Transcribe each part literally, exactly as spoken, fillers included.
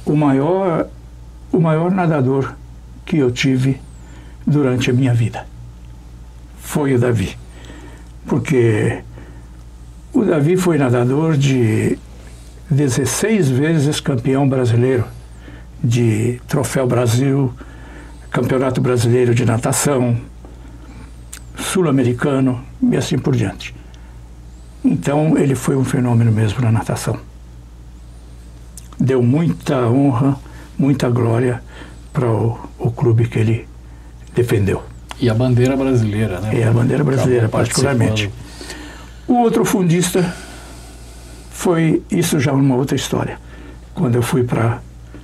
o maior, o maior nadador que eu tive durante a minha vida foi o Davi. Porque o Davi foi nadador de dezesseis vezes campeão brasileiro de Troféu Brasil, Campeonato Brasileiro de Natação, Sul-Americano e assim por diante. Então ele foi um fenômeno mesmo na natação. Deu muita honra, muita glória para o, o clube que ele defendeu. E a bandeira brasileira, né? E a bandeira brasileira, particularmente. O outro fundista foi, isso já é uma outra história. Quando eu fui para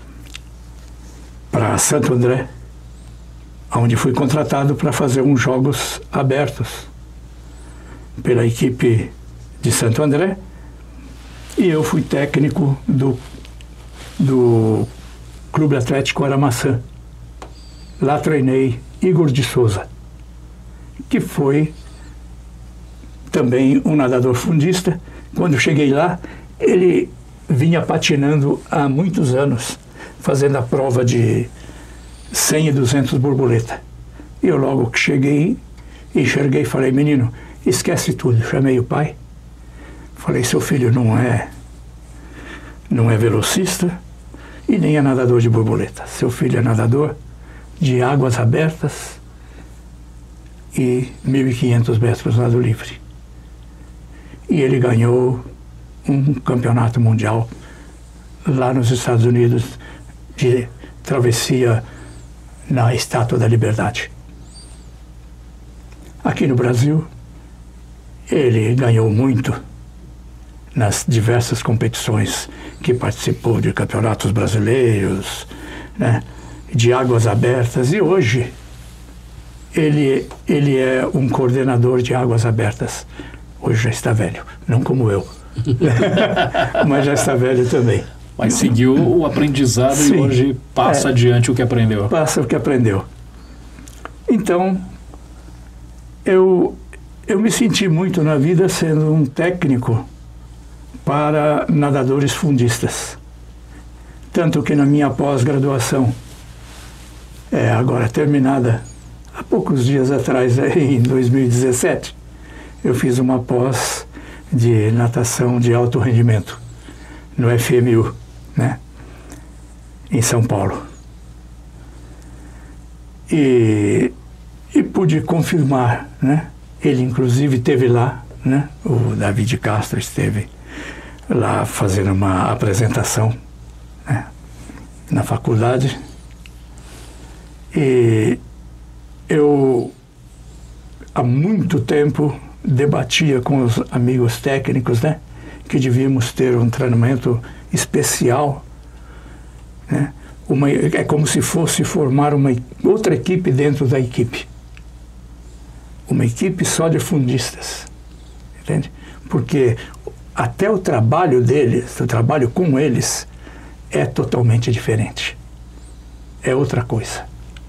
para Santo André, onde fui contratado para fazer uns jogos abertos pela equipe de Santo André, e eu fui técnico do, do Clube Atlético Aramaçã. Lá treinei Igor de Souza, que foi também um nadador fundista. Quando cheguei lá, ele vinha patinando há muitos anos, fazendo a prova de cem e duzentos borboleta. E eu logo que cheguei, enxerguei e falei: menino, esquece tudo. Chamei o pai, falei: seu filho não é, não é velocista e nem é nadador de borboleta. Seu filho é nadador de águas abertas e mil e quinhentos metros nado livre. E ele ganhou um campeonato mundial lá nos Estados Unidos de travessia na Estátua da Liberdade. Aqui no Brasil, ele ganhou muito nas diversas competições que participou de campeonatos brasileiros, né, de águas abertas, e hoje ele, ele é um coordenador de águas abertas. Hoje já está velho, não como eu, mas já está velho também. Mas seguiu o aprendizado. Sim, e hoje passa é, adiante o que aprendeu. Passa o que aprendeu. Então, eu, eu me senti muito na vida sendo um técnico para nadadores fundistas. Tanto que na minha pós-graduação, é, agora terminada, há poucos dias atrás, em dois mil e dezessete, eu fiz uma pós de natação de alto rendimento no F M U, né, em São Paulo. E, e pude confirmar, né, ele inclusive esteve lá, né, o David Castro esteve lá fazendo uma apresentação, né, na faculdade. E eu, há muito tempo, debatia com os amigos técnicos, né, que devíamos ter um treinamento especial, né, uma, é como se fosse formar uma outra equipe dentro da equipe. Uma equipe só de fundistas, entende? Porque até o trabalho deles, o trabalho com eles, é totalmente diferente. É outra coisa.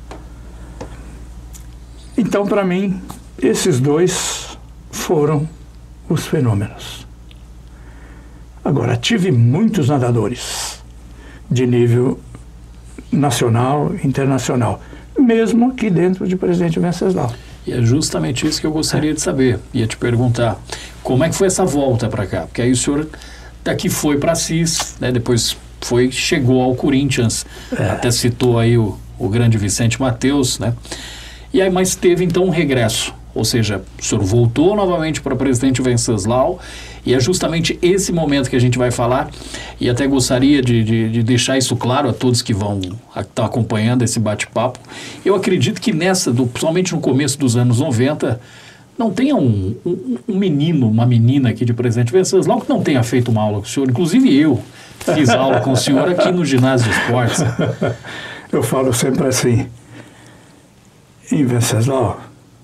Então, para mim, esses dois foram os fenômenos. Agora, tive muitos nadadores de nível nacional, internacional, mesmo aqui dentro de Presidente Venceslau. E é justamente isso que eu gostaria de saber. Ia te perguntar, como é que foi essa volta para cá? Porque aí o senhor daqui foi para Assis, né? Depois foi, chegou ao Corinthians, é. Até citou aí o, o grande Vicente Mateus, né? E aí, mas teve então um regresso, ou seja, o senhor voltou novamente para Presidente Venceslau, e é justamente esse momento que a gente vai falar, e até gostaria de, de, de deixar isso claro a todos que vão a, que estão acompanhando esse bate-papo. Eu acredito que nessa, do, principalmente no começo dos anos noventa, não tenha um, um, um menino, uma menina aqui de Presidente Venceslau que não tenha feito uma aula com o senhor. Inclusive eu fiz aula com o senhor aqui no Ginásio de Esportes. Eu falo sempre assim, em Venceslau,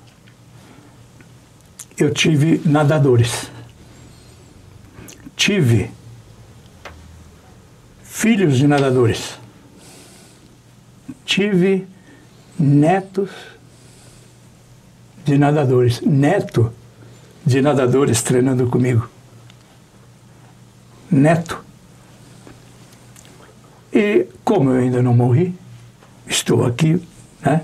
eu tive nadadores, tive filhos de nadadores, tive netos de nadadores, neto de nadadores treinando comigo, neto. E como eu ainda não morri, estou aqui, né?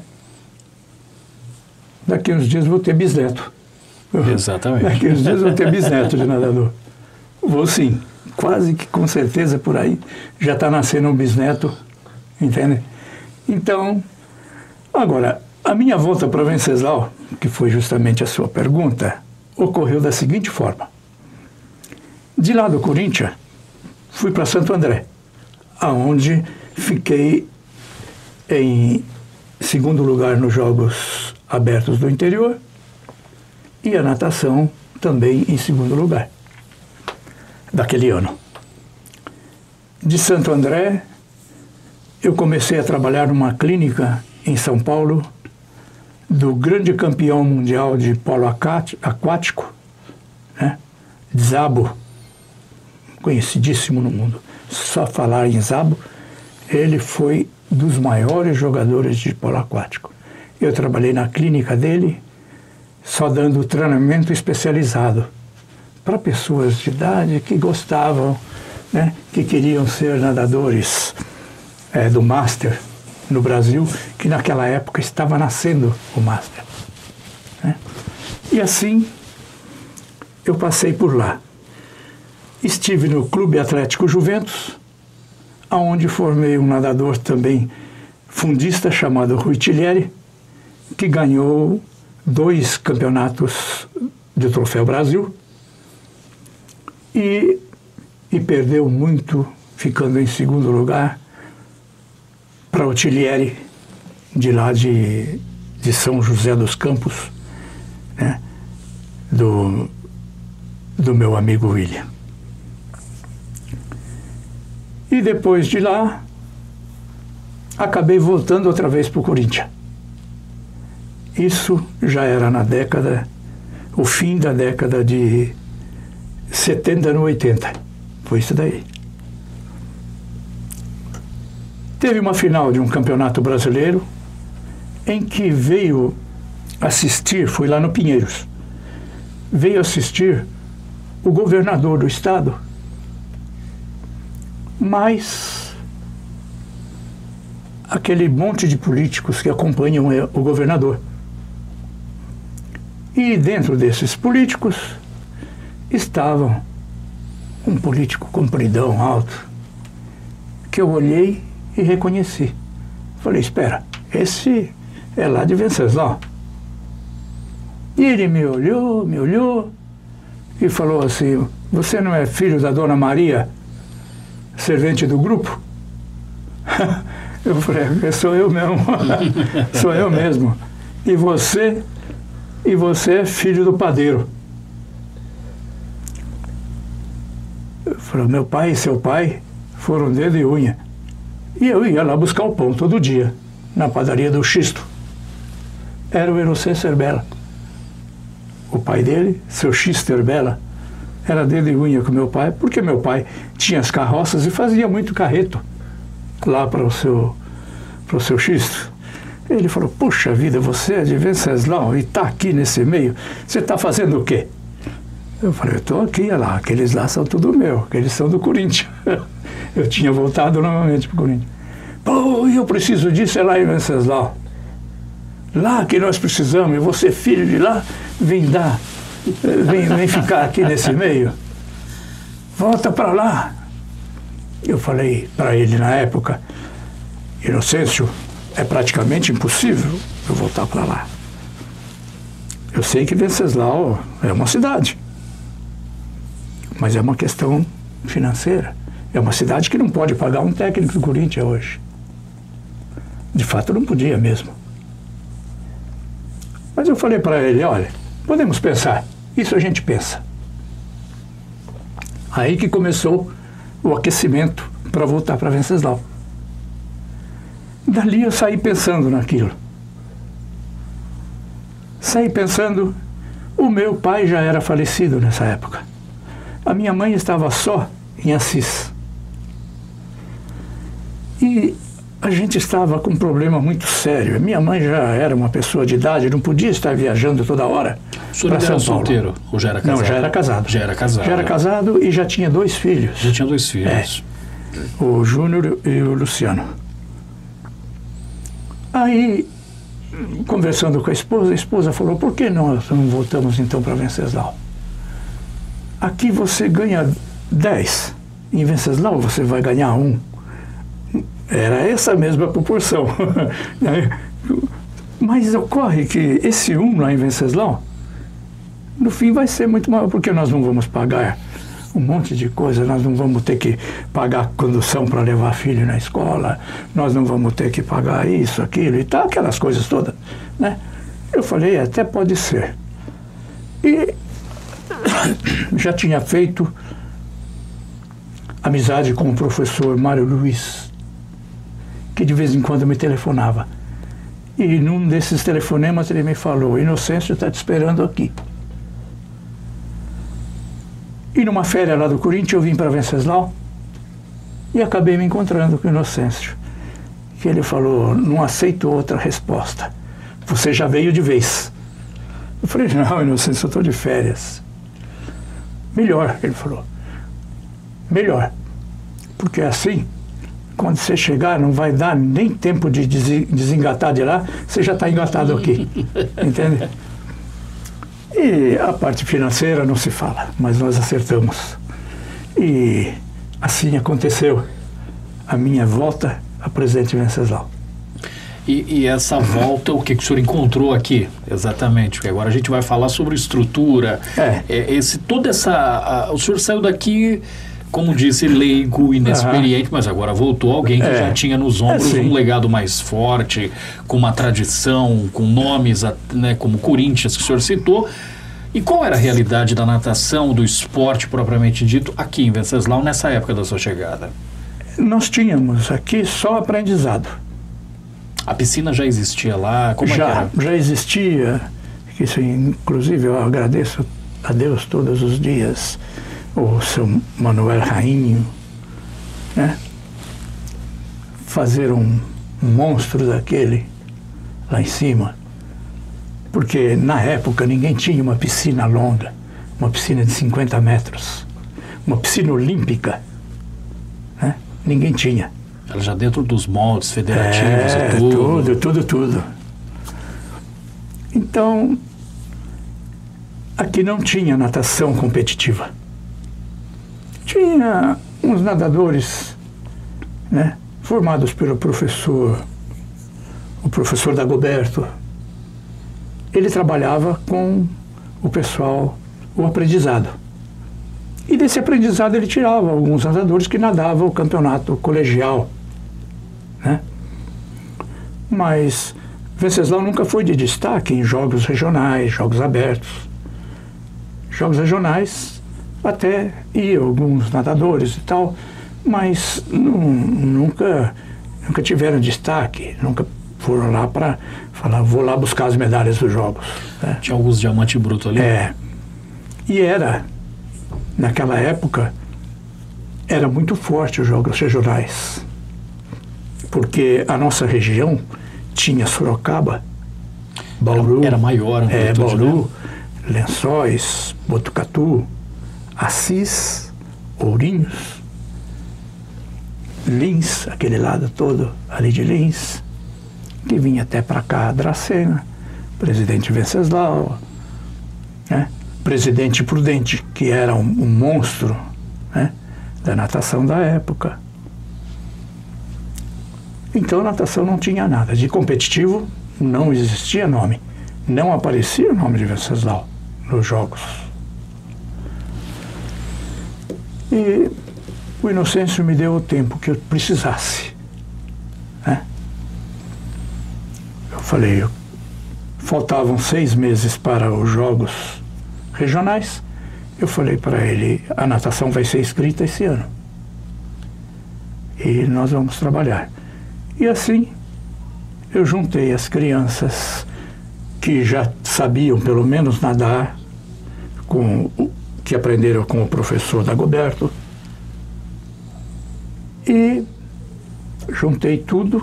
Daqui uns dias vou ter bisneto. Exatamente. Daqui uns dias vou ter bisneto de nadador. Vou sim, quase que com certeza por aí já está nascendo um bisneto, entende? Então, agora, a minha volta para Venceslau, que foi justamente a sua pergunta, ocorreu da seguinte forma. De lá do Corinthians, fui para Santo André, aonde fiquei em segundo lugar nos Jogos Abertos do Interior e a natação também em segundo lugar, daquele ano. De Santo André, eu comecei a trabalhar numa clínica em São Paulo do grande campeão mundial de polo aquático, né? Szabo, conhecidíssimo no mundo. Só falar em Szabo, ele foi dos maiores jogadores de polo aquático. Eu trabalhei na clínica dele, só dando treinamento especializado para pessoas de idade que gostavam, né, que queriam ser nadadores é, do Master no Brasil, que naquela época estava nascendo o Master, né? E assim eu passei por lá. Estive no Clube Atlético Juventus, onde formei um nadador também fundista chamado Rui Tilieri, que ganhou dois campeonatos de Troféu Brasil e, e perdeu muito, ficando em segundo lugar para o Tilieri, de lá de, de São José dos Campos, né, do, do meu amigo William. E depois de lá, acabei voltando outra vez para o Corinthians. Isso já era na década, o fim da década de setenta no oitenta. Foi isso daí. Teve uma final de um campeonato brasileiro em que veio assistir, fui lá no Pinheiros, veio assistir o governador do estado, mas aquele monte de políticos que acompanham o governador. E dentro desses políticos estavam um político compridão, alto, que eu olhei e reconheci. Falei, espera, esse é lá de Venceslau. E ele me olhou, me olhou e falou assim, você não é filho da Dona Maria, servente do grupo? Eu falei, sou eu mesmo, sou eu mesmo. E você, e você é filho do padeiro. Eu falei, meu pai e seu pai foram dedo e unha. E eu ia lá buscar o pão todo dia, na padaria do Xisto. Era o Inocêncio Herbela. O pai dele, seu Xisto Herbela, era dedo e unha com meu pai, porque meu pai tinha as carroças e fazia muito carreto lá para o seu, para o seu Xisto. Ele falou, puxa vida, você é de Venceslau e está aqui nesse meio, você está fazendo o quê? Eu falei, eu estou aqui, olha lá, aqueles lá são tudo meu, aqueles são do Corinthians. Eu tinha voltado novamente para o Corinthians. Pô, eu preciso disso, é lá em Venceslau. Lá que nós precisamos, e você, filho de lá, vem dar, vem, vem ficar aqui nesse meio. Volta para lá. Eu falei para ele na época, Inocêncio, é praticamente impossível eu voltar para lá. Eu sei que Venceslau é uma cidade, mas é uma questão financeira. É uma cidade que não pode pagar um técnico do Corinthians hoje. De fato, não podia mesmo. Mas eu falei para ele, olha, podemos pensar, isso a gente pensa. Aí que começou o aquecimento para voltar para Venceslau. Dali eu saí pensando naquilo. Saí pensando, o meu pai já era falecido nessa época. A minha mãe estava só em Assis. E a gente estava com um problema muito sério. Minha mãe já era uma pessoa de idade, não podia estar viajando toda hora para São Paulo. Era solteiro ou já era casado? Não, já era casado. Já era casado. Já era casado e já tinha dois filhos. Já tinha dois filhos. É. o Júnior e o Luciano. Aí, conversando com a esposa, a esposa falou, por que nós não voltamos então para Venceslau? Aqui você ganha dez, em Venceslau você vai ganhar um. Era essa mesma proporção. Mas ocorre que esse um lá em Venceslau, no fim vai ser muito maior, porque nós não vamos pagar um monte de coisa, nós não vamos ter que pagar condução para levar filho na escola, nós não vamos ter que pagar isso, aquilo e tal, aquelas coisas todas, né? Eu falei, até pode ser. E já tinha feito amizade com o professor Mário Luiz, que de vez em quando me telefonava. E num desses telefonemas ele me falou, Inocêncio está te esperando aqui. E numa férias lá do Corinthians eu vim para Venceslau e acabei me encontrando com o Inocêncio. Que ele falou, não aceito outra resposta. Você já veio de vez. Eu falei, não, Inocêncio, eu estou de férias. Melhor, ele falou. Melhor. Porque assim, quando você chegar, não vai dar nem tempo de desengatar de lá, você já está engatado aqui. Entende? E a parte financeira não se fala, mas nós acertamos. E assim aconteceu a minha volta a Presidente Venceslau. E, e essa volta, o que, que o senhor encontrou aqui, exatamente? Porque agora a gente vai falar sobre estrutura. É. É, esse, toda essa... A, o senhor saiu daqui, como disse, leigo, inexperiente, uhum. mas agora voltou alguém que é. já tinha nos ombros é, um legado mais forte, com uma tradição, com nomes, né, como Corinthians, que o senhor citou. E qual era a realidade da natação, do esporte propriamente dito, aqui em Venceslau, nessa época da sua chegada? Nós tínhamos aqui só aprendizado. A piscina já existia lá? Como já, é que era? Já existia. Isso, inclusive, eu agradeço a Deus todos os dias, o seu Manuel Rainho, né? Fazer um, um monstro daquele lá em cima. Porque, na época, ninguém tinha uma piscina longa, uma piscina de cinquenta metros, uma piscina olímpica, né? Ninguém tinha. Ela já dentro dos moldes federativos é, e tudo. tudo, tudo, tudo. Então, aqui não tinha natação competitiva. Tinha uns nadadores, né, formados pelo professor, o professor Dagoberto. Ele trabalhava com o pessoal, o aprendizado. E desse aprendizado ele tirava alguns nadadores que nadavam o campeonato colegial, né? Mas Venceslau nunca foi de destaque em jogos regionais, jogos abertos. Jogos regionais até iam alguns nadadores e tal, mas nunca, nunca tiveram destaque, nunca foram lá para falar, vou lá buscar as medalhas dos jogos, né? Tinha alguns diamante bruto ali? É. E era, naquela época, era muito forte os jogos regionais. Porque a nossa região tinha Sorocaba, Bauru, era, era maior, é, Bauru, Lençóis, Botucatu, Assis, Ourinhos, Lins, aquele lado todo ali de Lins, que vinha até para cá, Dracena, Presidente Venceslau, né? Presidente Prudente, que era um, um monstro, né, da natação da época. Então, a natação não tinha nada. De competitivo, não existia nome. Não aparecia o nome de Venceslau nos jogos. E o Inocêncio me deu o tempo que eu precisasse, né? Eu falei, faltavam seis meses para os jogos regionais. Eu falei para ele, a natação vai ser inscrita esse ano. E nós vamos trabalhar. E assim, eu juntei as crianças que já sabiam pelo menos nadar, com, que aprenderam com o professor Dagoberto, e juntei tudo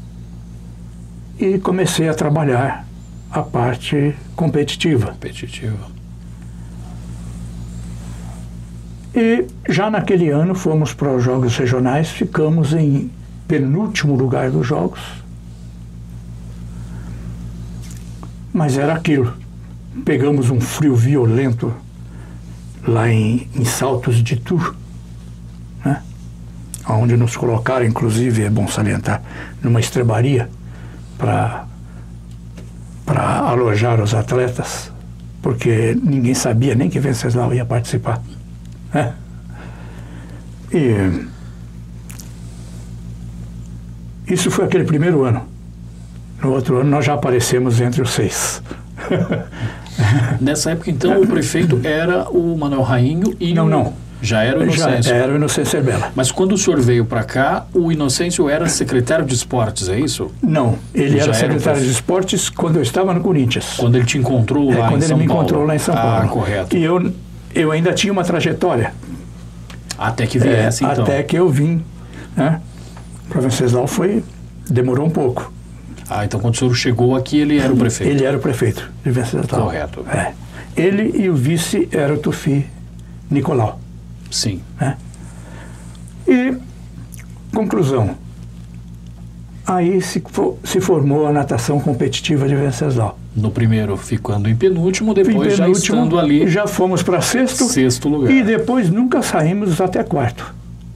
e comecei a trabalhar a parte competitiva. Competitiva. E já naquele ano fomos para os Jogos Regionais, ficamos em penúltimo lugar dos Jogos. Mas era aquilo. Pegamos um frio violento lá em, em Saltos de Itu, né? Onde nos colocaram, inclusive, é bom salientar, numa estrebaria para para alojar os atletas, porque ninguém sabia nem que Venceslau ia participar, né? E isso foi aquele primeiro ano. No outro ano nós já aparecemos entre os seis. Nessa época, então, o prefeito era o Manuel Rainho e... Não, não. Já era o Inocêncio. Já era o Inocêncio Serbella. Mas quando o senhor veio para cá, o Inocêncio era secretário de esportes, é isso? Não, ele Já era secretário era... de esportes quando eu estava no Corinthians. Quando ele te encontrou lá é, em São Paulo. Quando ele me encontrou lá em São Paulo. Ah, correto. E eu, eu ainda tinha uma trajetória. Até que viesse, é, então. Até que eu vim, né? Para Venceslau foi... demorou um pouco. Ah, então quando o senhor chegou aqui, ele era o prefeito? Ele era o prefeito de Venceslau. Correto. É. Ele e o vice era o Tufi Nicolau. Sim. Né? E, conclusão, aí se, se formou a natação competitiva de Venceslau. No primeiro ficando em penúltimo, depois em já penúltimo, estando ali... Já fomos para sexto. Sexto lugar. E depois nunca saímos até quarto.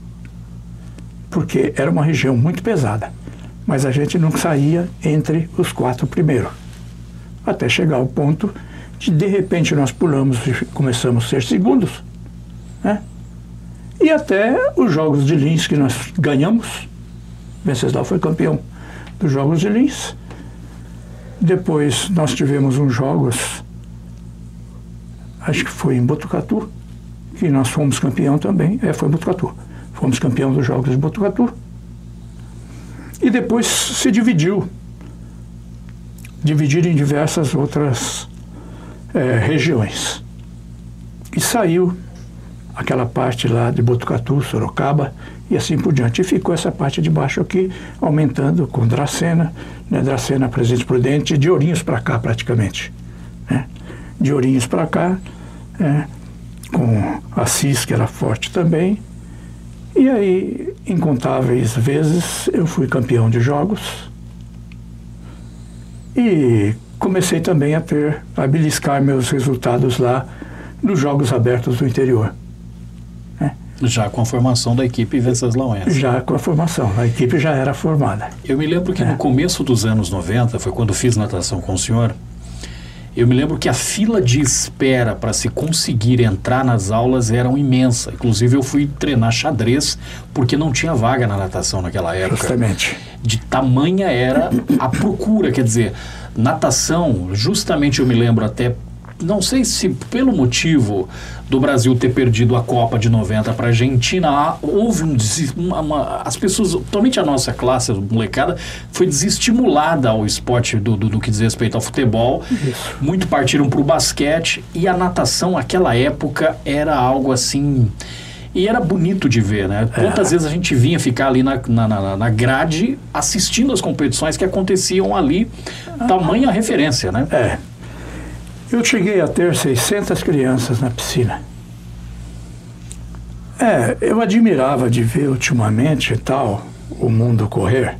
Porque era uma região muito pesada. Mas a gente não saía entre os quatro primeiros. Até chegar ao ponto de, de repente, nós pulamos e começamos a ser segundos, né? E até os Jogos de Lins que nós ganhamos. Venceslau foi campeão dos Jogos de Lins. Depois nós tivemos uns jogos, acho que foi em Botucatu, que nós fomos campeão também. É, foi em Botucatu. Fomos campeão dos Jogos de Botucatu. E depois se dividiu. Dividido em diversas outras é, regiões. E saiu aquela parte lá de Botucatu, Sorocaba, e assim por diante. E ficou essa parte de baixo aqui, aumentando com Dracena, né? Dracena, Presidente Prudente, de Ourinhos para cá praticamente. Né? De Ourinhos para cá, é, com Assis, que era forte também. E aí, incontáveis vezes, eu fui campeão de jogos. E comecei também a ter, a beliscar meus resultados lá nos Jogos Abertos do Interior. Né? Já com a formação da equipe Venceslauense. Já com a formação, a equipe já era formada. Eu me lembro que é. no começo dos anos noventa, foi quando fiz natação com o senhor, eu me lembro que a fila de espera para se conseguir entrar nas aulas era imensa. Inclusive eu fui treinar xadrez porque não tinha vaga na natação naquela época. Justamente. De tamanha era a procura, quer dizer, natação, justamente eu me lembro até, não sei se pelo motivo do Brasil ter perdido a Copa de noventa para a Argentina, houve um, uma, uma, as pessoas, totalmente a nossa classe, a molecada, foi desestimulada ao esporte do, do, do que diz respeito ao futebol. Isso. Muito partiram para o basquete e a natação naquela época era algo assim... E era bonito de ver, né? Quantas é. vezes a gente vinha ficar ali na, na, na grade assistindo as competições que aconteciam ali, tamanha referência, né? É. Eu cheguei a ter seiscentas crianças na piscina. É, eu admirava de ver ultimamente e tal, o mundo correr.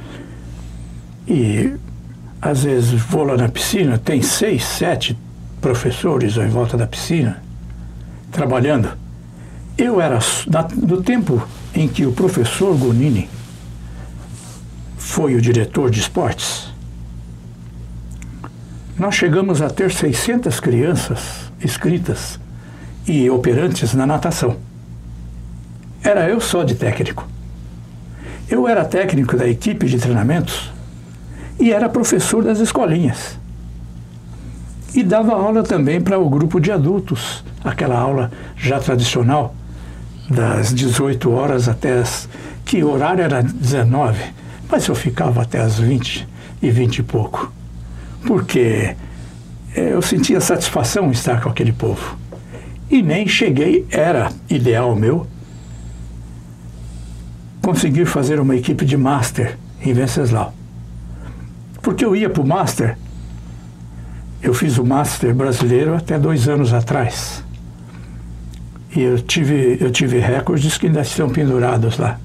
E às vezes vou lá na piscina, tem seis, sete professores em volta da piscina, trabalhando. Eu era, no tempo em que o professor Gonini foi o diretor de esportes, nós chegamos a ter seiscentas crianças inscritas e operantes na natação. Era eu só de técnico. Eu era técnico da equipe de treinamentos e era professor das escolinhas. E dava aula também para o grupo de adultos, aquela aula já tradicional, das dezoito horas até as... que horário era dezenove, mas eu ficava até as vinte e vinte e pouco, porque eu sentia satisfação em estar com aquele povo. E nem cheguei, era ideal meu, conseguir fazer uma equipe de Master em Venceslau. Porque eu ia para o Master, eu fiz o Master brasileiro até dois anos atrás. E eu tive, eu tive recordes que ainda estão pendurados lá.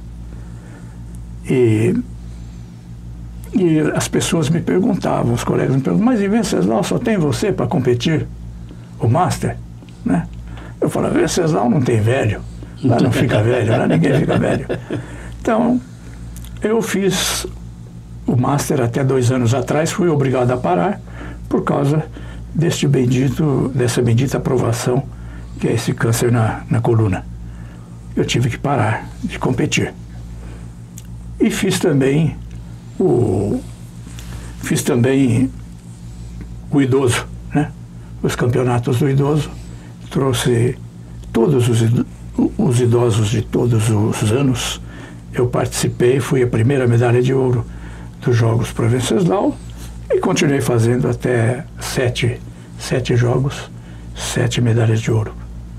E, e as pessoas me perguntavam, os colegas me perguntavam, mas em Venceslau só tem você para competir o Master? Né? Eu falava, Venceslau não tem velho, lá não fica velho, lá ninguém fica velho. Então, eu fiz o Master até dois anos atrás, fui obrigado a parar por causa deste bendito, dessa bendita aprovação, que é esse câncer na, na coluna. Eu tive que parar de competir. E fiz também o fiz também o idoso, né? Os campeonatos do idoso. Trouxe todos os, os idosos de todos os anos. Eu participei, fui a primeira medalha de ouro dos Jogos para Venceslau e continuei fazendo até sete, sete jogos, sete medalhas de ouro.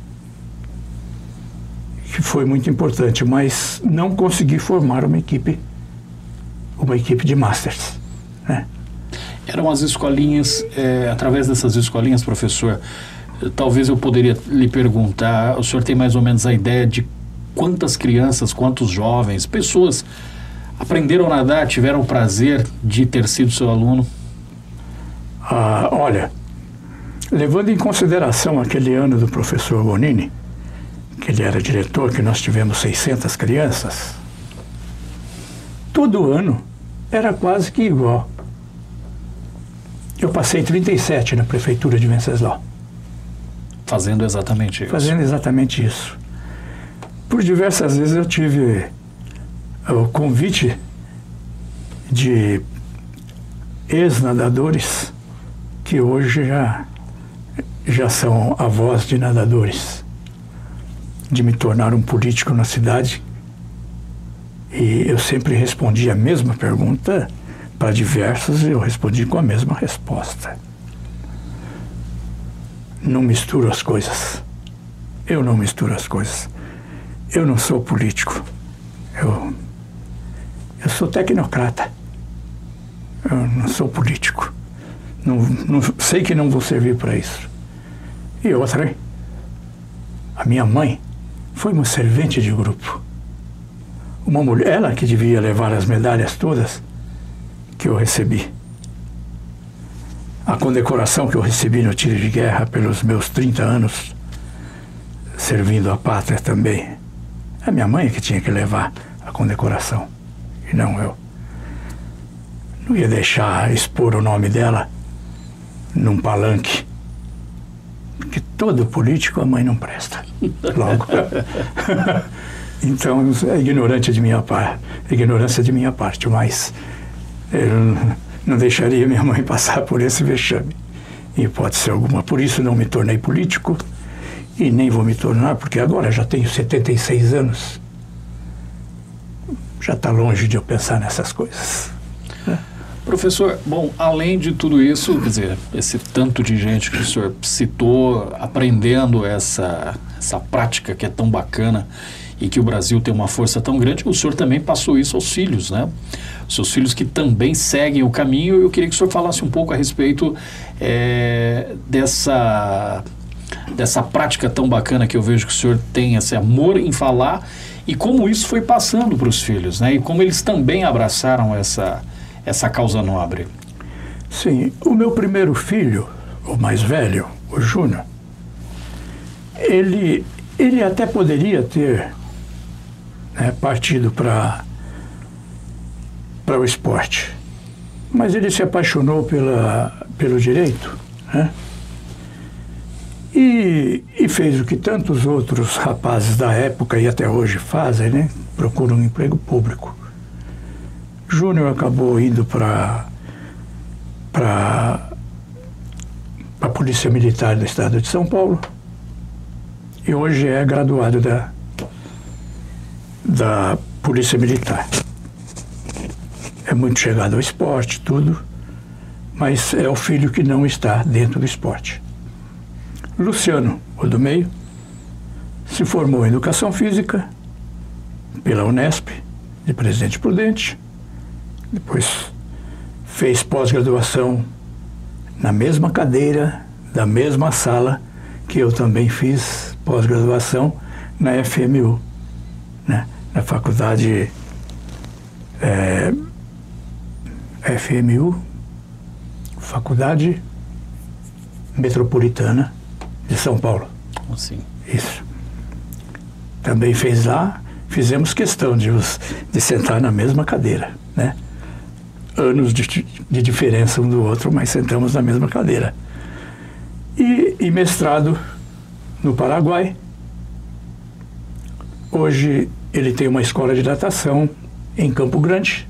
Que foi muito importante, mas não consegui formar uma equipe, uma equipe de Masters, né? Eram as escolinhas, é, através dessas escolinhas, professor, talvez eu poderia lhe perguntar, o senhor tem mais ou menos a ideia de quantas crianças, quantos jovens, pessoas aprenderam a nadar, tiveram o prazer de ter sido seu aluno? Ah, olha, levando em consideração aquele ano do professor Bonini, que ele era diretor, que nós tivemos seiscentas crianças, todo ano era quase que igual. Eu passei trinta e sete na prefeitura de Venceslau. Fazendo exatamente isso. Fazendo exatamente isso. Por diversas vezes eu tive o convite de ex-nadadores que hoje já, já são avós de nadadores, de me tornar um político na cidade. E eu sempre respondi a mesma pergunta para diversos e eu respondi com a mesma resposta. Não misturo as coisas. Eu não misturo as coisas. Eu não sou político. Eu, eu sou tecnocrata. Eu não sou político. Não, não, sei que não vou servir para isso. E outra, hein? A minha mãe foi uma servente de grupo. Uma mulher, ela que devia levar as medalhas todas que eu recebi. A condecoração que eu recebi no tiro de guerra pelos meus trinta anos servindo a pátria também. A minha mãe que tinha que levar a condecoração, e não eu. Não ia deixar expor o nome dela num palanque, porque todo político a mãe não presta. Logo. Então, é ignorante de minha parte, ignorância de minha parte, mas eu não deixaria minha mãe passar por esse vexame, em hipótese alguma. Por isso não me tornei político e nem vou me tornar, porque agora já tenho setenta e seis anos. Já está longe de eu pensar nessas coisas. Né? Professor, bom, além de tudo isso, quer dizer, esse tanto de gente que o senhor citou, aprendendo essa, essa prática que é tão bacana e que o Brasil tem uma força tão grande, o senhor também passou isso aos filhos, né? Os seus filhos que também seguem o caminho. Eu queria que o senhor falasse um pouco a respeito é, dessa, dessa prática tão bacana que eu vejo que o senhor tem, esse amor em falar, e como isso foi passando para os filhos, né? E como eles também abraçaram essa, essa causa nobre. Sim, o meu primeiro filho, o mais velho, o Júnior, ele, ele até poderia ter, né, partido para para o esporte, mas ele se apaixonou pela, pelo direito, né? E, e fez o que tantos outros rapazes da época e até hoje fazem, né? Procuram um emprego público. Júnior acabou indo para para a Polícia Militar do Estado de São Paulo e hoje é graduado da, da Polícia Militar. É muito chegado ao esporte, tudo, mas é o filho que não está dentro do esporte. Luciano, o do meio, se formou em Educação Física pela Unesp, de Presidente Prudente, depois fez pós-graduação na mesma cadeira, da mesma sala que eu também fiz pós-graduação, na F M U, né? Na faculdade é, F M U, Faculdade Metropolitana de São Paulo. Assim. Isso. Também fez lá, fizemos questão de, de sentar na mesma cadeira, né? Anos de, de diferença um do outro, mas sentamos na mesma cadeira. E, e mestrado no Paraguai. Hoje ele tem uma escola de natação em Campo Grande,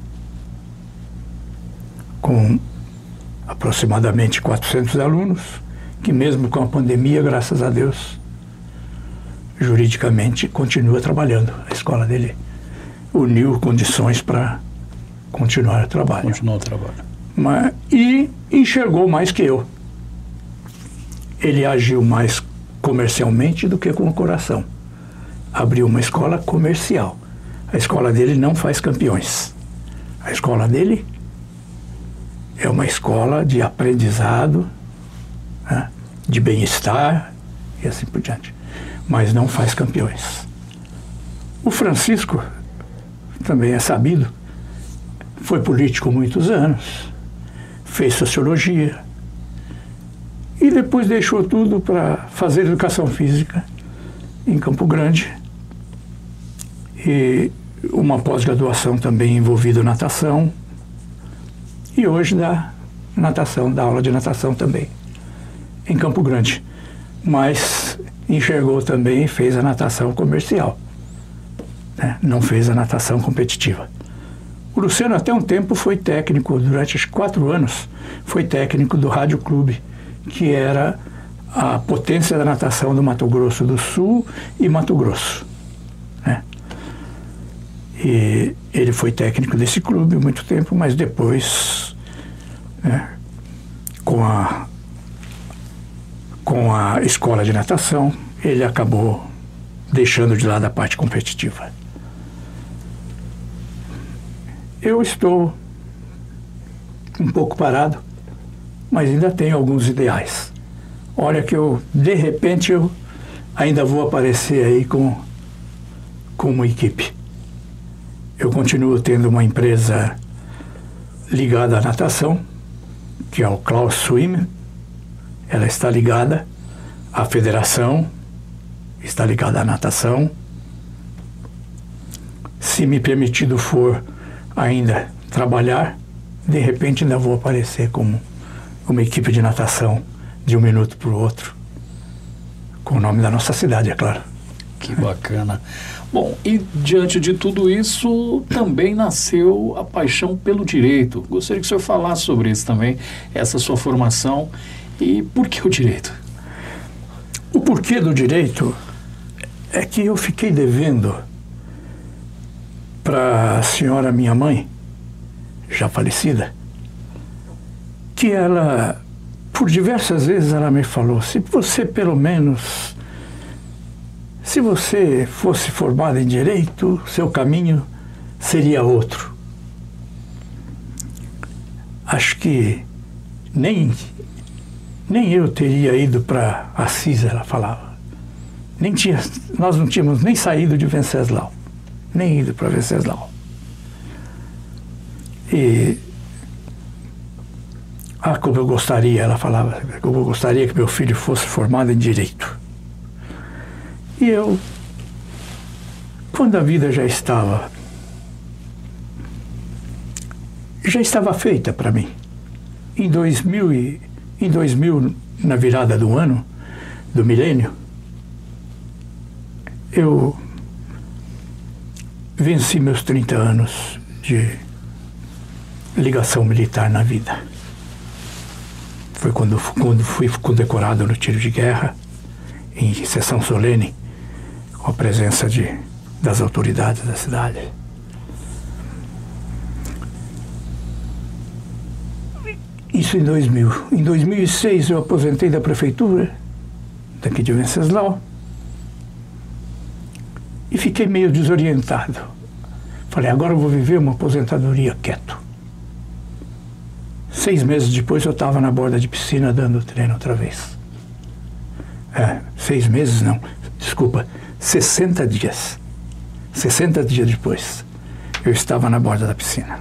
com aproximadamente quatrocentos alunos, que mesmo com a pandemia, graças a Deus, juridicamente continua trabalhando. A escola dele uniu condições para continuar o trabalho. Continuou o trabalho. Mas, e enxergou mais que eu. Ele agiu mais comercialmente do que com o coração. Abriu uma escola comercial. A escola dele não faz campeões. A escola dele é uma escola de aprendizado, né, de bem-estar e assim por diante. Mas não faz campeões. O Francisco também é sabido, foi político muitos anos, fez sociologia e depois deixou tudo para fazer educação física em Campo Grande e uma pós-graduação também envolvida natação e hoje dá natação, dá aula de natação também em Campo Grande, mas enxergou também e fez a natação comercial, né? Não fez a natação competitiva. O Luciano até um tempo foi técnico, durante os quatro anos, foi técnico do Rádio Clube, que era a potência da natação do Mato Grosso do Sul e Mato Grosso, né? E ele foi técnico desse clube há muito tempo, mas depois, né, com a, com a escola de natação, ele acabou deixando de lado a parte competitiva. Eu estou um pouco parado, mas ainda tenho alguns ideais. Olha que eu, de repente, eu ainda vou aparecer aí com, com uma equipe. Eu continuo tendo uma empresa ligada à natação, que é o Klaus Swim. Ela está ligada à federação, está ligada à natação. Se me permitido for ainda trabalhar, de repente ainda vou aparecer como uma equipe de natação de um minuto para o outro, com o nome da nossa cidade, é claro. Que bacana. Bom, e diante de tudo isso, também nasceu a paixão pelo direito. Gostaria que o senhor falasse sobre isso também, essa sua formação e por que o direito? O porquê do direito é que eu fiquei devendo para a senhora minha mãe, já falecida, que ela, por diversas vezes ela me falou, se você pelo menos, se você fosse formado em direito, seu caminho seria outro. Acho que nem, nem eu teria ido para Assis, ela falava. Nem tinha, nós não tínhamos nem saído de Venceslau, nem ido para Venceslau. E ah, como eu gostaria, ela falava, como eu gostaria que meu filho fosse formado em direito. E eu, quando a vida já estava, já estava feita para mim, em dois mil, e, em dois mil, na virada do ano, do milênio, eu venci meus trinta anos de ligação militar na vida. Foi quando, quando fui condecorado no tiro de guerra, em sessão solene, com a presença de, das autoridades da cidade. Isso em dois mil. Em dois mil e seis eu aposentei da prefeitura, daqui de Venceslau, e fiquei meio desorientado. Falei, agora eu vou viver uma aposentadoria quieto. Seis meses depois eu estava na borda de piscina dando treino outra vez. É, seis meses não, desculpa, sessenta dias. sessenta dias depois, eu estava na borda da piscina.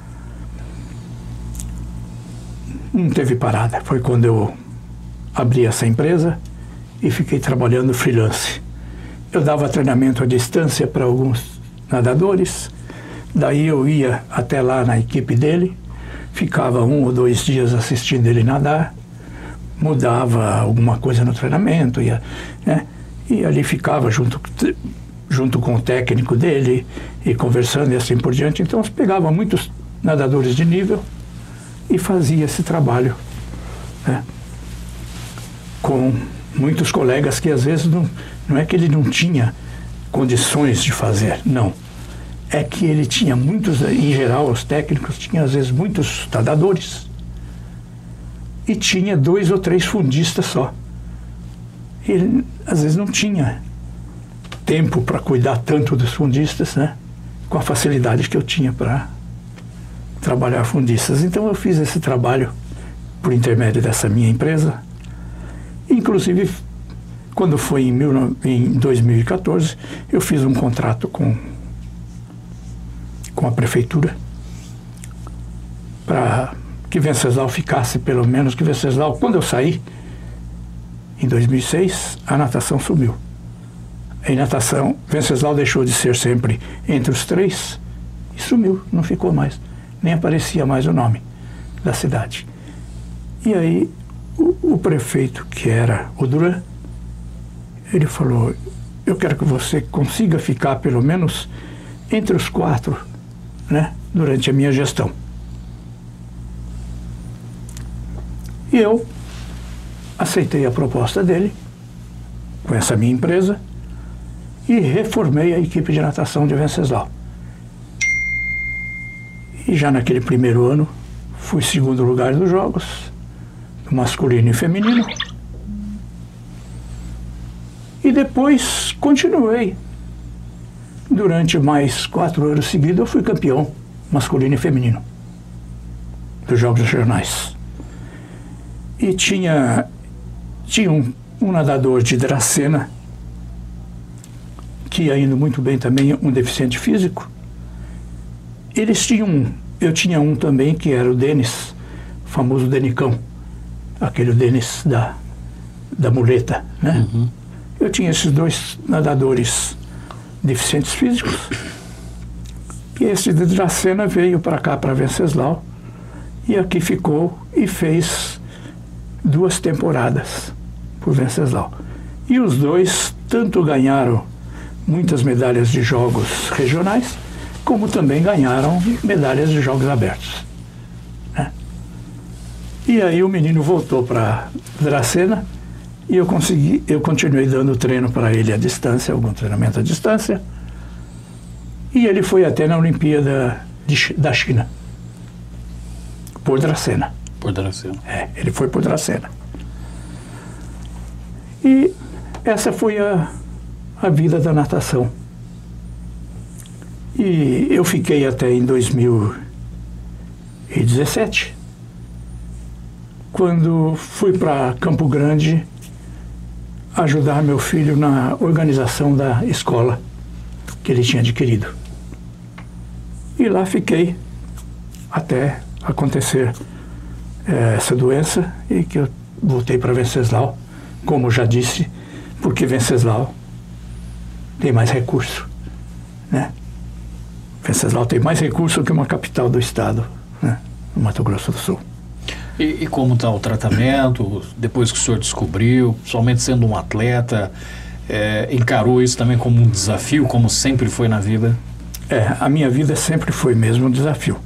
Não teve parada. Foi quando eu abri essa empresa e fiquei trabalhando freelance. Eu dava treinamento à distância para alguns nadadores, daí eu ia até lá na equipe dele, ficava um ou dois dias assistindo ele nadar, mudava alguma coisa no treinamento, ia, né? E ali ficava junto, junto com o técnico dele e conversando e assim por diante. Então eu pegava muitos nadadores de nível e fazia esse trabalho, né? Com muitos colegas que às vezes não, não é que ele não tinha condições de fazer, não. É que ele tinha muitos, em geral os técnicos tinham às vezes muitos nadadores e tinha dois ou três fundistas só. Ele às vezes não tinha tempo para cuidar tanto dos fundistas, né? Com a facilidade que eu tinha para trabalhar fundistas. Então eu fiz esse trabalho por intermédio dessa minha empresa. Inclusive, quando foi em, mil, em dois mil e quatorze, eu fiz um contrato com, com a prefeitura para que Venceslau ficasse, pelo menos que Venceslau, quando eu saí, em dois mil e seis, a natação sumiu. Em natação, Venceslau deixou de ser sempre entre os três e sumiu, não ficou mais. Nem aparecia mais o nome da cidade. E aí, o, o prefeito, que era o Duran, ele falou, eu quero que você consiga ficar pelo menos entre os quatro, né, durante a minha gestão. E eu aceitei a proposta dele, com essa minha empresa, e reformei a equipe de natação de Venceslau. E já naquele primeiro ano, fui segundo lugar dos jogos, masculino e feminino. E depois continuei. Durante mais quatro anos seguidos, eu fui campeão masculino e feminino dos Jogos Regionais. E tinha, tinha um, um nadador de Dracena, que ia indo muito bem também, um deficiente físico. Eles tinham, eu tinha um também que era o Denis, o famoso Denicão, aquele Denis da, da muleta, né? Uhum. Eu tinha esses dois nadadores deficientes físicos, e esse de Dracena veio para cá, para Venceslau, e aqui ficou e fez duas temporadas por Venceslau. E os dois tanto ganharam muitas medalhas de jogos regionais, como também ganharam medalhas de jogos abertos, né? E aí o menino voltou para Dracena e eu consegui, eu continuei dando treino para ele à distância, algum treinamento à distância, e ele foi até na Olimpíada de, da China, por Dracena. Por Dracena. É, ele foi por Dracena. E essa foi a, a vida da natação. E eu fiquei até em dois mil e dezessete, quando fui para Campo Grande ajudar meu filho na organização da escola que ele tinha adquirido. E lá fiquei até acontecer é, essa doença e que eu voltei para Venceslau, como já disse, porque Venceslau tem mais recurso, né? Venceslau tem mais recurso que uma capital do estado, né, no Mato Grosso do Sul. E, e como está o tratamento, depois que o senhor descobriu, somente sendo um atleta, é, encarou isso também como um desafio, como sempre foi na vida? É, a minha vida sempre foi mesmo um desafio.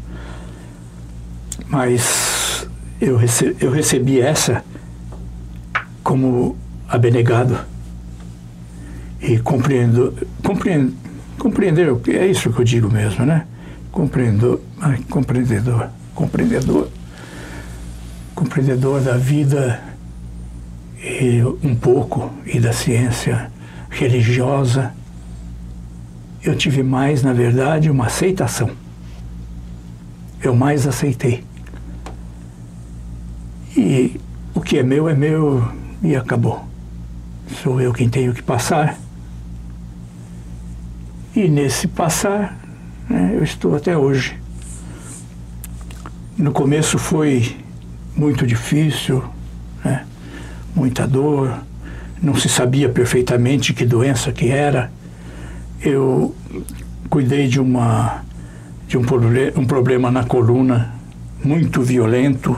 Mas eu, rece eu recebi essa como abnegado e compreendo, compreendo compreender, é isso que eu digo mesmo, né? Compreendedor, ai, compreendedor, compreendedor, compreendedor da vida e um pouco e da ciência religiosa. Eu tive mais, na verdade, uma aceitação. Eu mais aceitei. E o que é meu é meu e acabou. Sou eu quem tenho que passar E nesse passar, né, eu estou até hoje. No começo foi muito difícil, né, muita dor, não se sabia perfeitamente que doença que era. Eu cuidei de, uma, de um, proble- um problema na coluna muito violento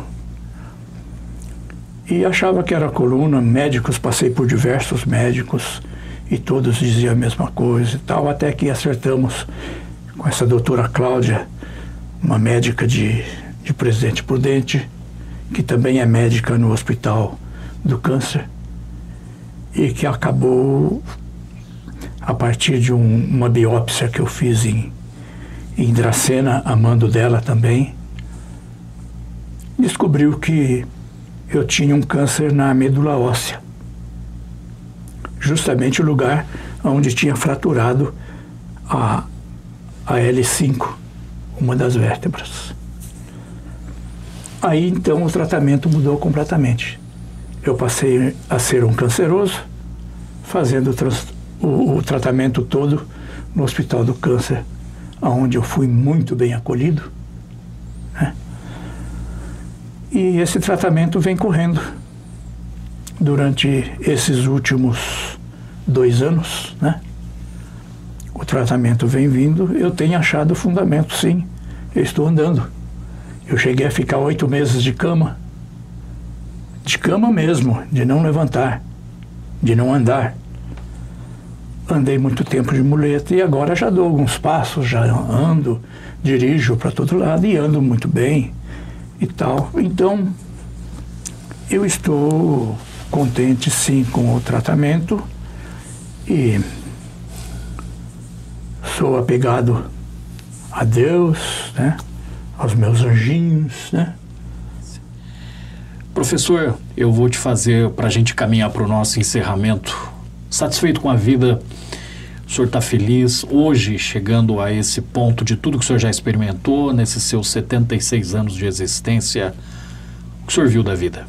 e achava que era a coluna. Médicos, passei por diversos médicos e todos diziam a mesma coisa e tal, até que acertamos com essa doutora Cláudia, uma médica de, de Presidente Prudente, que também é médica no Hospital do Câncer, e que acabou, a partir de um, uma biópsia que eu fiz em, em Dracena, a mando dela também, descobriu que eu tinha um câncer na medula óssea, justamente o lugar onde tinha fraturado a, a L cinco, uma das vértebras. Aí então o tratamento mudou completamente. Eu passei a ser um canceroso, fazendo o, trans, o, o tratamento todo no Hospital do Câncer, onde eu fui muito bem acolhido, né? E esse tratamento vem correndo durante esses últimos dois anos, né? O tratamento vem vindo, eu tenho achado fundamento, sim. Eu estou andando. Eu cheguei a ficar oito meses de cama, de cama mesmo, de não levantar, de não andar. Andei muito tempo de muleta e agora já dou alguns passos, já ando, dirijo para todo lado e ando muito bem e tal. Então, eu estou contente, sim, com o tratamento e sou apegado a Deus, né? Aos meus anjinhos, né? Professor, eu vou te fazer, para a gente caminhar para o nosso encerramento, satisfeito com a vida, o senhor está feliz, hoje, chegando a esse ponto de tudo que o senhor já experimentou, nesses seus setenta e seis anos de existência, o que o senhor viu da vida?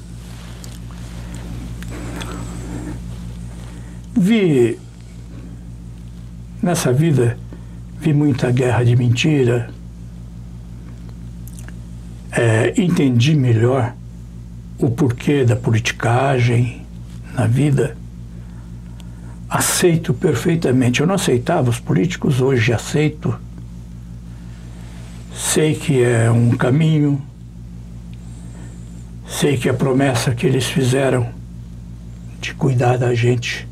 Vi, nessa vida, vi muita guerra de mentira, é, entendi melhor o porquê da politicagem na vida, aceito perfeitamente. Eu não aceitava os políticos, hoje aceito. Sei que é um caminho, sei que a promessa que eles fizeram de cuidar da gente,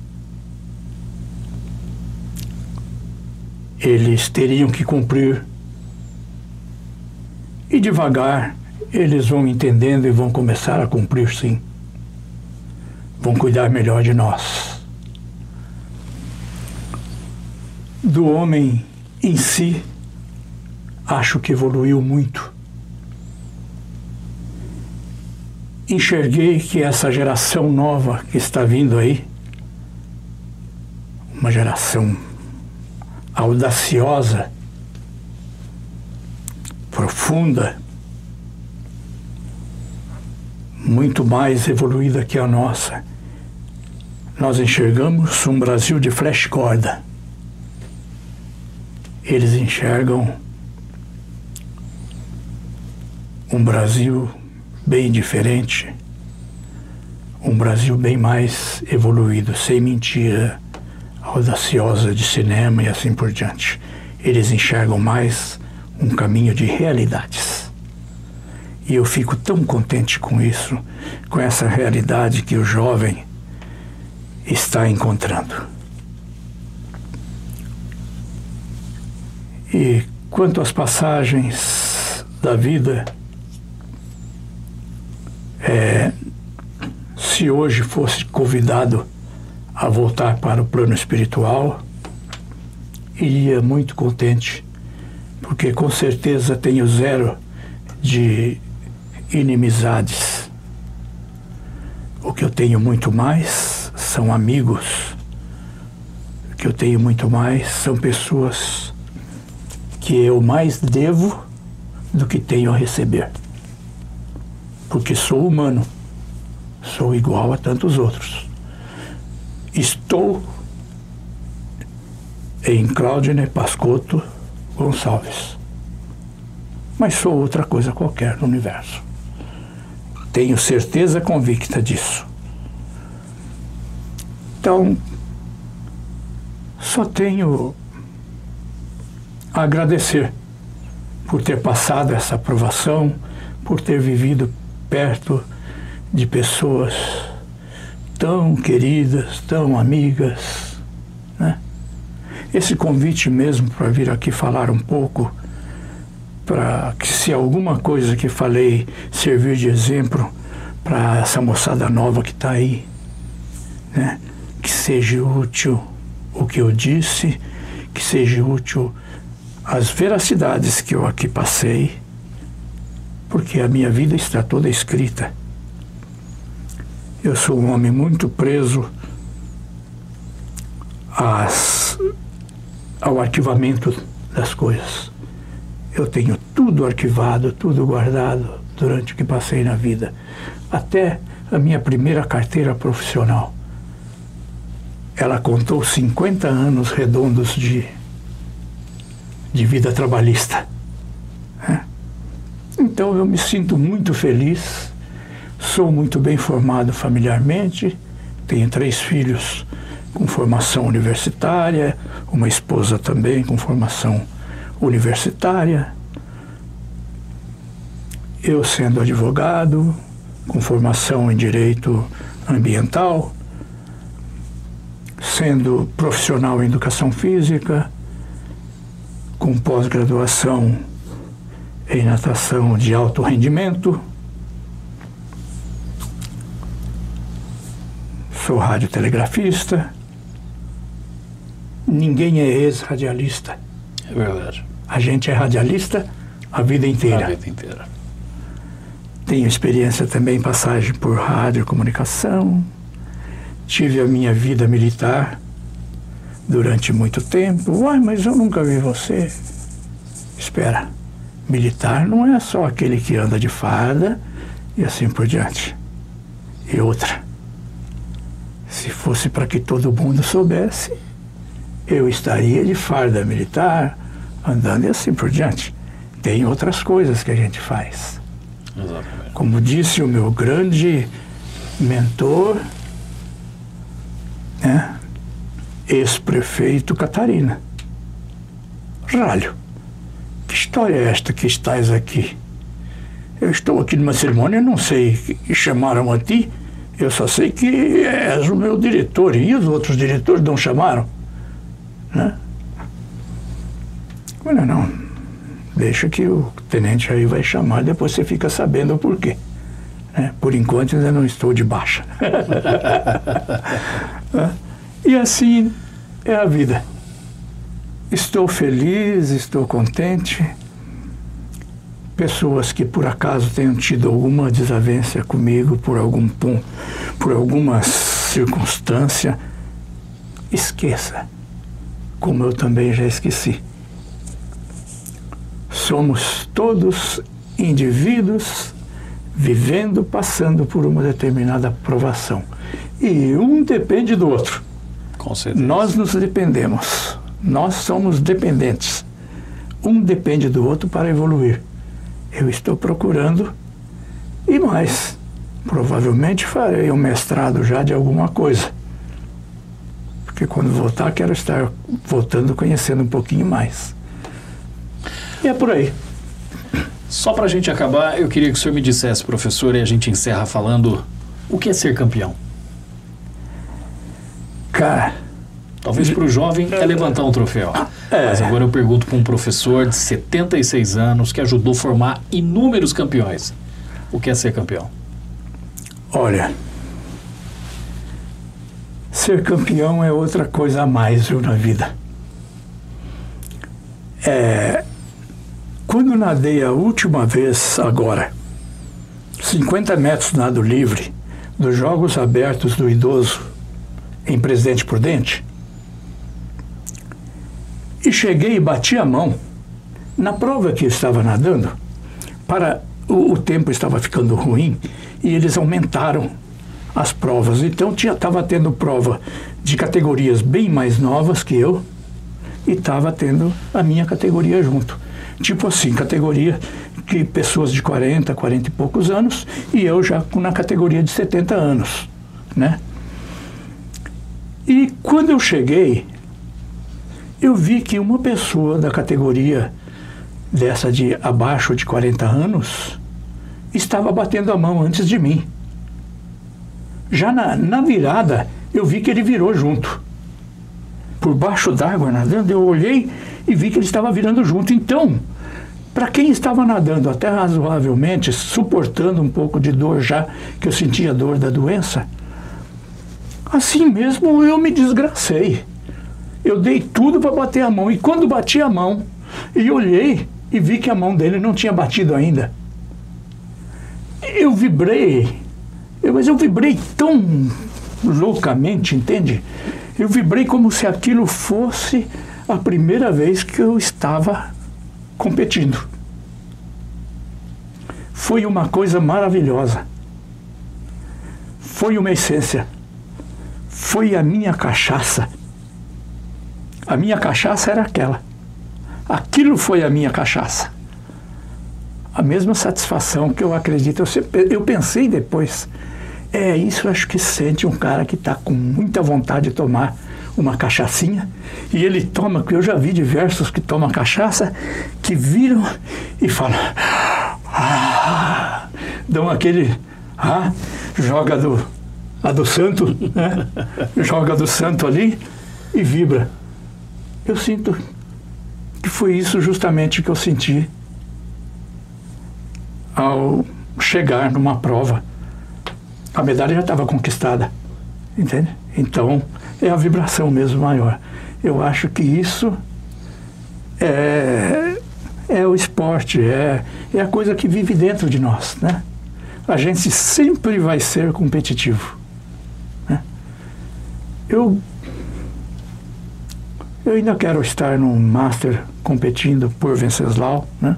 eles teriam que cumprir. E devagar eles vão entendendo e vão começar a cumprir, sim. Vão cuidar melhor de nós. Do homem em si, acho que evoluiu muito. Enxerguei que essa geração nova que está vindo aí, uma geração audaciosa, profunda, muito mais evoluída que a nossa. Nós enxergamos um Brasil de flash corda. Eles enxergam um Brasil bem diferente, um Brasil bem mais evoluído, sem mentira, audaciosa de cinema e assim por diante. Eles enxergam mais um caminho de realidades. E eu fico tão contente com isso, com essa realidade que o jovem está encontrando. E quanto às passagens da vida, é, se hoje fosse convidado a voltar para o plano espiritual, iria muito contente, porque com certeza tenho zero de inimizades. O que eu tenho muito mais são amigos. O que eu tenho muito mais são pessoas que eu mais devo do que tenho a receber. Porque sou humano, sou igual a tantos outros. Estou em Claudine Pascotto Gonçalves. Mas sou outra coisa qualquer no universo. Tenho certeza convicta disso. Então, só tenho a agradecer por ter passado essa aprovação, por ter vivido perto de pessoas tão queridas, tão amigas, né? Esse convite mesmo para vir aqui falar um pouco, para que se alguma coisa que falei servir de exemplo para essa moçada nova que está aí, né? Que seja útil o que eu disse, que seja útil as veracidades que eu aqui passei, porque a minha vida está toda escrita. Eu sou um homem muito preso às, ao arquivamento das coisas. Eu tenho tudo arquivado, tudo guardado durante o que passei na vida. Até a minha primeira carteira profissional. Ela contou cinquenta anos redondos de, de vida trabalhista. Né? Então eu me sinto muito feliz, sou muito bem formado familiarmente, tenho três filhos com formação universitária, uma esposa também com formação universitária, eu sendo advogado, com formação em direito ambiental, sendo profissional em educação física, com pós-graduação em natação de alto rendimento, sou radiotelegrafista, ninguém é ex-radialista. É verdade. A gente é radialista a vida inteira. A vida inteira. Tenho experiência também em passagem por radiocomunicação. Tive a minha vida militar durante muito tempo. Uai, mas eu nunca vi você. Espera, militar não é só aquele que anda de farda e assim por diante. E outra, se fosse para que todo mundo soubesse, eu estaria de farda militar, andando e assim por diante. Tem outras coisas que a gente faz. Exatamente. Como disse o meu grande mentor, né, ex-prefeito Catarina: Ralho, que história é esta que estás aqui? Eu estou aqui numa cerimônia, não sei que chamaram a ti, eu só sei que és o meu diretor, e os outros diretores não chamaram, né? Olha, não, deixa que o tenente aí vai chamar, depois você fica sabendo o porquê. Né? Por enquanto ainda não estou de baixa. E assim é a vida. Estou feliz, estou contente. Pessoas que por acaso tenham tido alguma desavença comigo, por algum ponto, por alguma circunstância, esqueça, como eu também já esqueci. Somos todos indivíduos vivendo, passando por uma determinada provação. E um depende do outro. Com certeza. Nós nos dependemos. Nós somos dependentes. Um depende do outro para evoluir. Eu estou procurando, e mais, provavelmente farei um mestrado já de alguma coisa. Porque quando voltar, quero estar voltando, conhecendo um pouquinho mais. E é por aí. Só para a gente acabar, eu queria que o senhor me dissesse, professor, e a gente encerra falando, o que é ser campeão? Cara... Talvez para o jovem é levantar um troféu. É. Mas agora eu pergunto para um professor de setenta e seis anos que ajudou a formar inúmeros campeões. O que é ser campeão? Olha, ser campeão é outra coisa a mais, viu, na vida. É, quando nadei a última vez, agora, cinquenta metros nado livre, dos Jogos Abertos do Idoso, em Presidente Prudente, e cheguei e bati a mão. Na prova que eu estava nadando, para o, o tempo estava ficando ruim e eles aumentaram as provas. Então estava tendo prova de categorias bem mais novas que eu, e estava tendo a minha categoria junto. Tipo assim, categoria que pessoas de quarenta, quarenta e poucos anos, e eu já na categoria de setenta anos, né? E quando eu cheguei, eu vi que uma pessoa da categoria dessa de abaixo de quarenta anos estava batendo a mão antes de mim. Já na, na virada, eu vi que ele virou junto. Por baixo d'água, nadando, eu olhei e vi que ele estava virando junto. Então, para quem estava nadando até razoavelmente, suportando um pouco de dor já, que eu sentia a dor da doença, assim mesmo eu me desgracei. Eu dei tudo para bater a mão. E quando bati a mão, e olhei e vi que a mão dele não tinha batido ainda, eu vibrei. Eu, mas eu vibrei tão loucamente, entende? Eu vibrei como se aquilo fosse a primeira vez que eu estava competindo. Foi uma coisa maravilhosa. Foi uma essência. Foi a minha cachaça. A minha cachaça era aquela. Aquilo foi a minha cachaça. A mesma satisfação que eu acredito. Eu, sempre, eu pensei depois, é isso, acho que sente um cara que está com muita vontade de tomar uma cachaçinha, e ele toma, porque eu já vi diversos que tomam cachaça, que viram e falam, ah, dão aquele, ah, joga do, a do santo, né? Joga do santo ali e vibra. Eu sinto que foi isso justamente que eu senti ao chegar numa prova. A medalha já estava conquistada, entende? Então, é a vibração mesmo maior. Eu acho que isso é, é o esporte, é, é a coisa que vive dentro de nós, né? A gente sempre vai ser competitivo, né? Eu, eu ainda quero estar num Master competindo por Venceslau, né?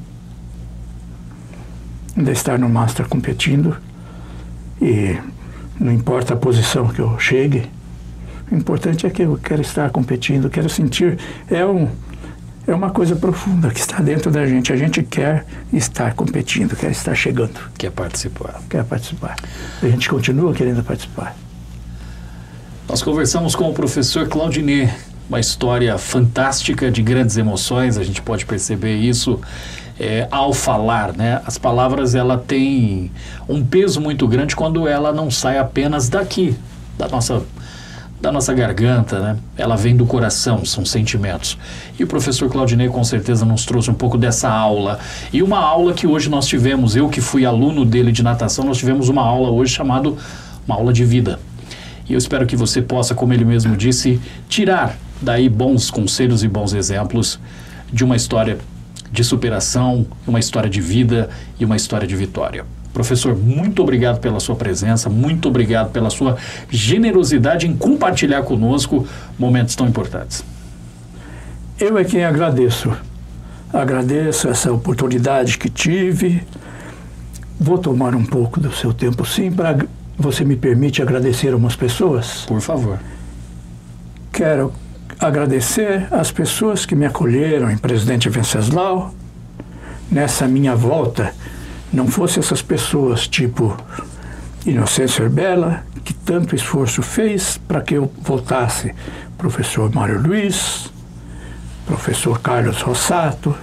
Ainda estar no Master competindo. E não importa a posição que eu chegue, o importante é que eu quero estar competindo, quero sentir, é, um, é uma coisa profunda que está dentro da gente. A gente quer estar competindo, quer estar chegando. Quer participar. Quer participar. A gente continua querendo participar. Nós conversamos com o professor Claudinei, uma história fantástica de grandes emoções, a gente pode perceber isso. É, ao falar, né? As palavras, ela tem um peso muito grande quando ela não sai apenas daqui, da nossa, da nossa garganta, né? Ela vem do coração, são sentimentos. E o professor Claudinei com certeza nos trouxe um pouco dessa aula. E uma aula que hoje nós tivemos, eu que fui aluno dele de natação, nós tivemos uma aula hoje chamada uma aula de vida. E eu espero que você possa, como ele mesmo disse, tirar daí bons conselhos e bons exemplos de uma história de superação, uma história de vida e uma história de vitória. Professor, muito obrigado pela sua presença, muito obrigado pela sua generosidade em compartilhar conosco momentos tão importantes. Eu é quem agradeço. Agradeço essa oportunidade que tive. Vou tomar um pouco do seu tempo, sim, para você me permite agradecer umas pessoas? Por favor. Quero agradecer as pessoas que me acolheram em Presidente Venceslau nessa minha volta. Não fosse essas pessoas tipo Inocêncio Herbella, que tanto esforço fez para que eu voltasse, professor Mário Luiz, professor Carlos Rossato.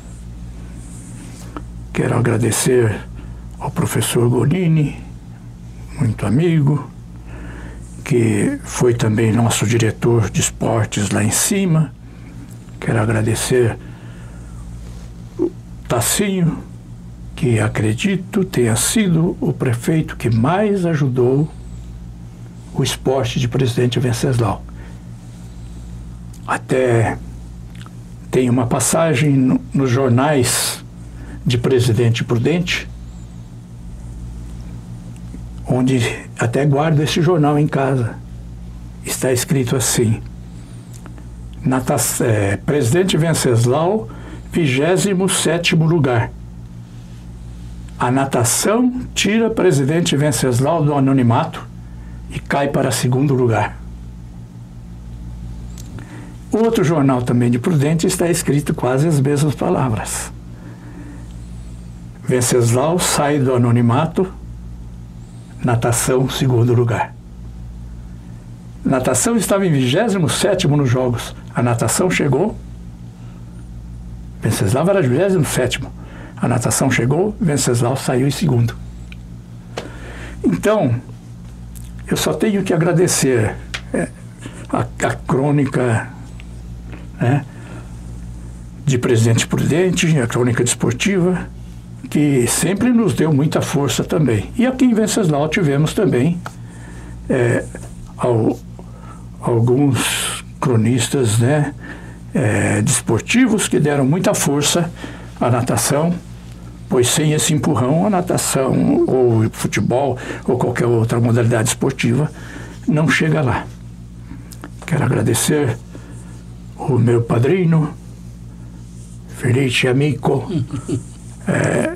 Quero agradecer ao professor Golini, muito amigo, que foi também nosso diretor de esportes lá em cima. Quero agradecer o Tacinho, que acredito tenha sido o prefeito que mais ajudou o esporte de Presidente Venceslau. Até tem uma passagem no, nos jornais de Presidente Prudente, onde até guardo esse jornal em casa. Está escrito assim: Nata, é, Presidente Venceslau, vigésimo sétimo lugar. A natação tira Presidente Venceslau do anonimato e cai para segundo lugar. Outro jornal também de Prudente está escrito quase as mesmas palavras. Venceslau sai do anonimato, natação, segundo lugar. Natação estava em vigésimo sétimo nos jogos. A natação chegou, Venceslau era vigésimo sétimo. A natação chegou, Venceslau saiu em segundo. Então, eu só tenho que agradecer é, a, a crônica, né, de Presidente Prudente, a crônica desportiva, que sempre nos deu muita força também. E aqui em Venceslau tivemos também é, ao, alguns cronistas, né, é, desportivos que deram muita força à natação, pois sem esse empurrão a natação ou o futebol ou qualquer outra modalidade esportiva não chega lá. Quero agradecer o meu padrinho, Felice Amico, é,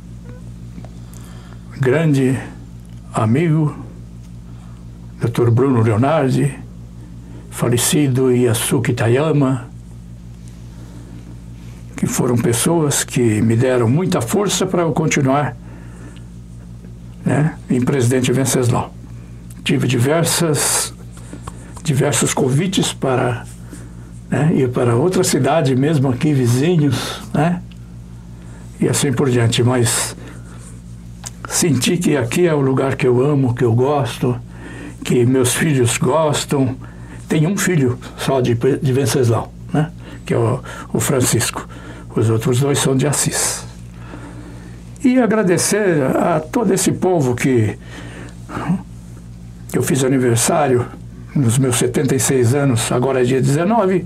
grande amigo, doutor Bruno Leonardi, falecido Yasuki Tayama, que foram pessoas que me deram muita força para eu continuar, né, em Presidente Venceslau. Tive diversas, diversos convites para, né, ir para outra cidade, mesmo aqui vizinhos, né, e assim por diante, mas senti que aqui é o lugar que eu amo, que eu gosto, que meus filhos gostam. Tenho um filho só de, de Venceslau, né, que é o, o Francisco. Os outros dois são de Assis. E agradecer a todo esse povo que eu fiz aniversário nos meus setenta e seis anos, agora é dia dezenove,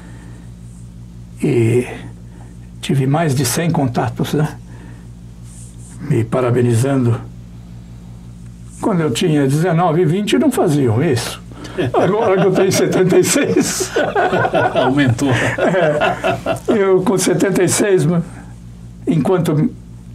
e tive mais de cem contatos, né, me parabenizando. Quando eu tinha dezenove, vinte, não faziam isso. Agora que eu tenho setenta e seis... Aumentou. É, eu com setenta e seis, enquanto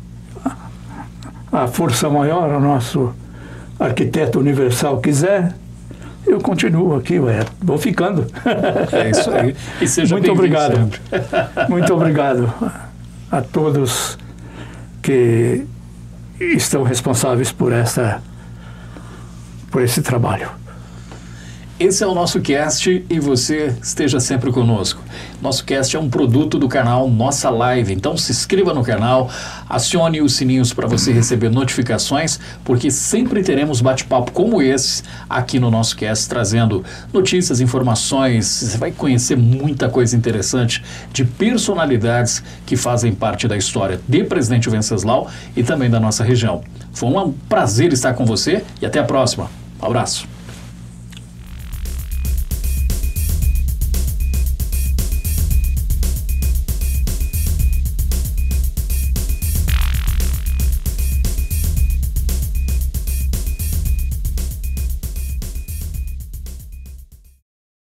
a força maior, o nosso arquiteto universal quiser, eu continuo aqui, ué, vou ficando. É isso aí. E seja muito obrigado. Sempre. Muito obrigado a todos que estão responsáveis por essa, por esse trabalho. Esse é o nosso cast e você esteja sempre conosco. Nosso cast é um produto do canal Nossa Live, então se inscreva no canal, acione os sininhos para você receber notificações, porque sempre teremos bate-papo como esse aqui no nosso cast, trazendo notícias, informações. Você vai conhecer muita coisa interessante de personalidades que fazem parte da história de Presidente Venceslau e também da nossa região. Foi um prazer estar com você e até a próxima. Um abraço.